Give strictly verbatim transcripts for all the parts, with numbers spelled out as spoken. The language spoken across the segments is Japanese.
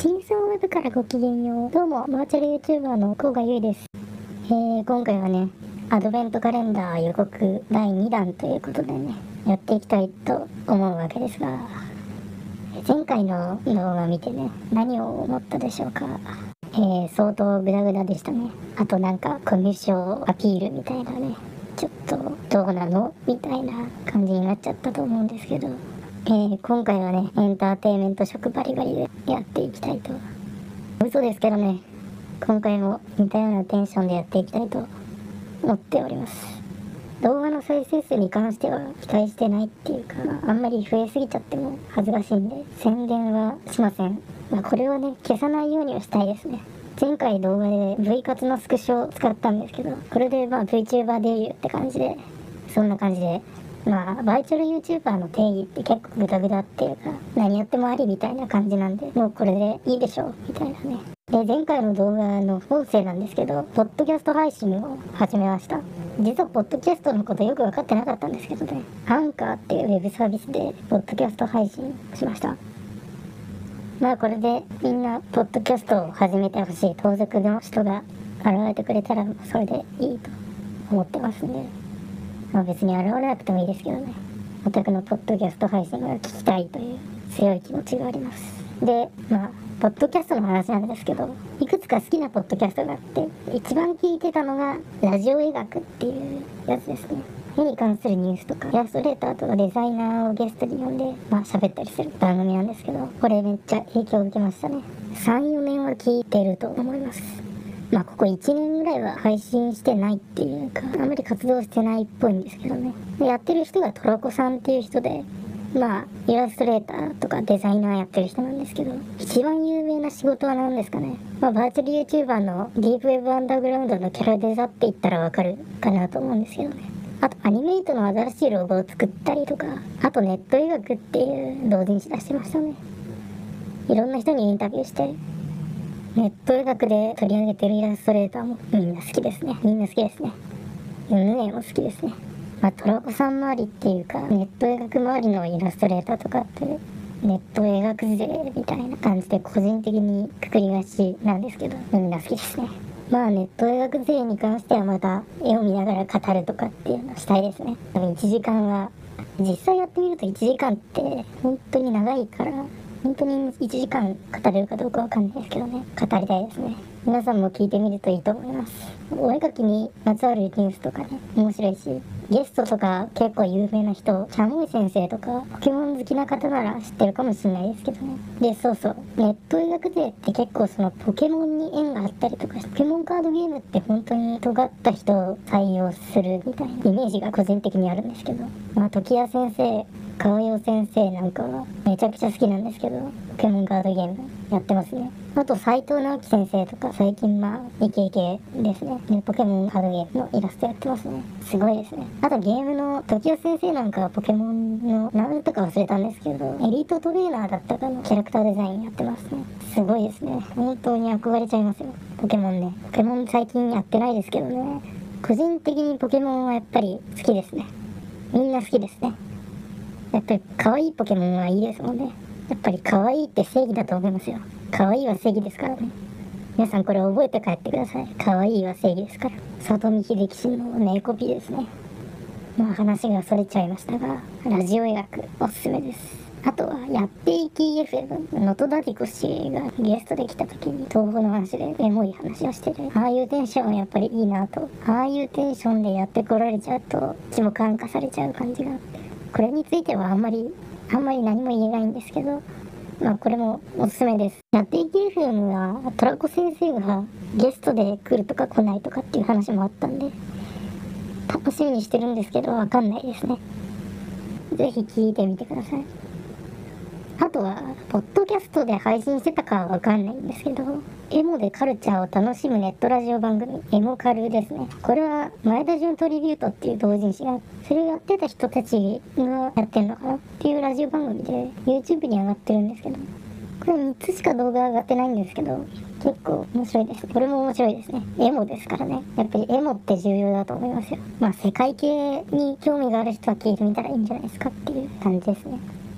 真相ウェブからごきげんよう。どうも、バーチャル YouTuber の甲賀優衣です。えー、今回はね、アドベントカレンダー予告だいにだんということでね、やっていきたいと思うわけですが、前回の動画を見てね、何を思ったでしょうか。えー、相当グダグダでしたね。あとなんか、コミュ障アピールみたいなね、ちょっとどうなのみたいな感じになっちゃったと思うんですけど、えー、今回はね、エンターテインメント色バリバリでやっていきたいと。嘘ですけどね、今回も似たようなテンションでやっていきたいと思っております。動画の再生数に関しては期待してないっていうか、あんまり増えすぎちゃっても恥ずかしいんで、宣伝はしません。まあ、これはね、消さないようにはしたいですね。前回動画で V 活のスクショを使ったんですけど、これでまあ VTuber デビューって感じで、そんな感じで、まあ、バーチャル YouTuber の定義って結構グダグダっていうか、何やってもありみたいな感じなんで、もうこれでいいでしょみたいなね。で、前回の動画の音声なんですけど、ポッドキャスト配信を始めました。実はポッドキャストのことよく分かってなかったんですけどね、アンカーっていうウェブサービスで、ポッドキャスト配信しました。まあこれでみんなポッドキャストを始めてほしい盗賊の人が現れてくれたらそれでいいと思ってますんで、まあ別に現れなくてもいいですけどね、お宅のポッドキャスト配信が聞きたいという強い気持ちがあります。で、まあポッドキャストの話なんですけど、いくつか好きなポッドキャストがあって、一番聞いてたのがラジオ描くっていうやつですね。絵に関するニュースとかイラストレーターとかデザイナーをゲストに呼んでまあ喋ったりする番組なんですけど、これめっちゃ影響を受けましたね。さん、よねんは聞いてると思います。まあここいちねんぐらいは配信してないっていうか、あんまり活動してないっぽいんですけどね。でやってる人がトラコさんっていう人で、まあイラストレーターとかデザイナーやってる人なんですけど、一番有名な仕事は何ですかね。まあバーチャル YouTuber のディープウェブアンダーグラウンドのキャラデザって言ったらわかるかなと思うんですけどね。あとアニメイトの新しいロゴを作ったりとか、あとネット描くっていう同人誌出してましたね。いろんな人にインタビューして、ネット描くで取り上げてるイラストレーターもみんな好きですね。みんな好きですね。ヌネも好きですね。まあトラコさん周りっていうか、ネット描く周りのイラストレーターとかってネット描くぜみたいな感じで個人的にくくりがちなんですけど、みんな好きですね。まあネット描く税に関してはまた絵を見ながら語るとかっていうのをしたいですね。多分いちじかんは、実際やってみるといちじかんって本当に長いから、本当にいちじかん語れるかどうかわかんないですけどね、語りたいですね。皆さんも聞いてみるといいと思います。お絵描きにまつわるニュースとかね、面白いし、ゲストとか結構有名な人、チャモイ先生とかポケモン好きな方なら知ってるかもしれないですけどね。で、そうそう、ネット描く税って結構そのポケモンに縁があったりとかして、ポケモンカードゲームって本当に尖った人を採用するみたいなイメージが個人的にあるんですけど、まあ時矢先生、川代先生なんかはめちゃくちゃ好きなんですけど、ポケモンカードゲームやってますね。あと斉藤直樹先生とか最近まあイケイケですね。でポケモンカードゲームのイラストやってますね。すごいですね。あとゲームの時矢先生なんかはポケモンの何とか忘れたんですけど、エリートトレーナーだったかのキャラクターデザインやってますね。すごいですね。本当に憧れちゃいますよ。ポケモンね。ポケモン最近やってないですけどね。個人的にポケモンはやっぱり好きですね。みんな好きですね。やっぱり可愛いポケモンはいいですもんね。やっぱり可愛いって正義だと思いますよ。可愛いは正義ですからね。皆さんこれ覚えて帰ってください。可愛いは正義ですから。里見秀樹氏の名コピーですね。まあ話がそれちゃいましたが、ラジオ描くおすすめです。あとはやっていき エフエム のとだりこ氏がゲストで来た時に東宝の話でエモい話をしてて、ああいうテンションはやっぱりいいなと。ああいうテンションでやってこられちゃうと血も感化されちゃう感じがあって、これについてはあんまりあんまり何も言えないんですけど、まあこれもおすすめです。やっていき エフエム はトラコ先生がゲストで来るとか来ないとかっていう話もあったんで、楽しみにしてるんですけどわかんないですね。ぜひ聞いてみてください。あとはポッドキャストで配信してたかはわかんないんですけど、エモでカルチャーを楽しむネットラジオ番組、エモカルですね。これは前田純トリビュートっていう同人誌が、それをやってた人たちがやってんのかなっていうラジオ番組で YouTube に上がってるんですけど、これみっつしか動画上がってないんですけど、結構面白いですね。これも面白いですね。エモですからね。やっぱりエモって重要だと思いますよ。まあ世界系に興味がある人は聞いてみたらいいんじゃないですかっていう感じですね。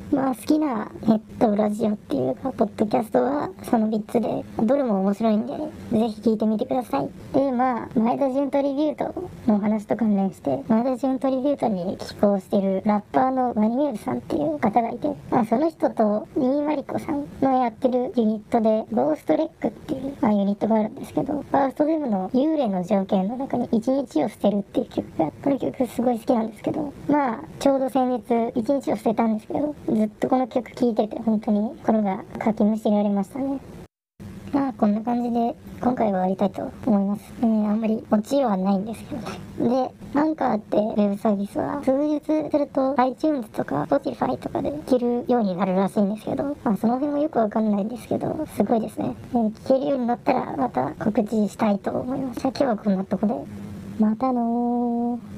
まあ好きなネットラジオっていうかポッドキャストはそのみっつで、どれも面白いんでぜひ聞いてみてください。でまあ前田純トリビュートの話と関連して、前田純トリビュートに寄稿しているラッパーのワニミューズさんっていう方がいて、まあ、その人と新マリコさんのやってるユニットでゴーストレックっていう、まあ、ユニットがあるんですけど、ファーストデブの幽霊の条件の中に一日を捨てるっていう曲が、この曲すごい好きなんですけど、まあちょうど先月一日を捨てたんですけど、ずっとこの曲聴いてて本当に心がかきむしられましたね。まあこんな感じで今回は終わりたいと思います。えー、あんまりオチはないんですけどね。で、アンカーってウェブサービスは数日すると iTunes とか Spotify とかで聴けるようになるらしいんですけど、まあその辺もよくわかんないんですけど、すごいですね。えー、聴けるようになったらまた告知したいと思います。じゃあ今日はこんなとこで。またのー。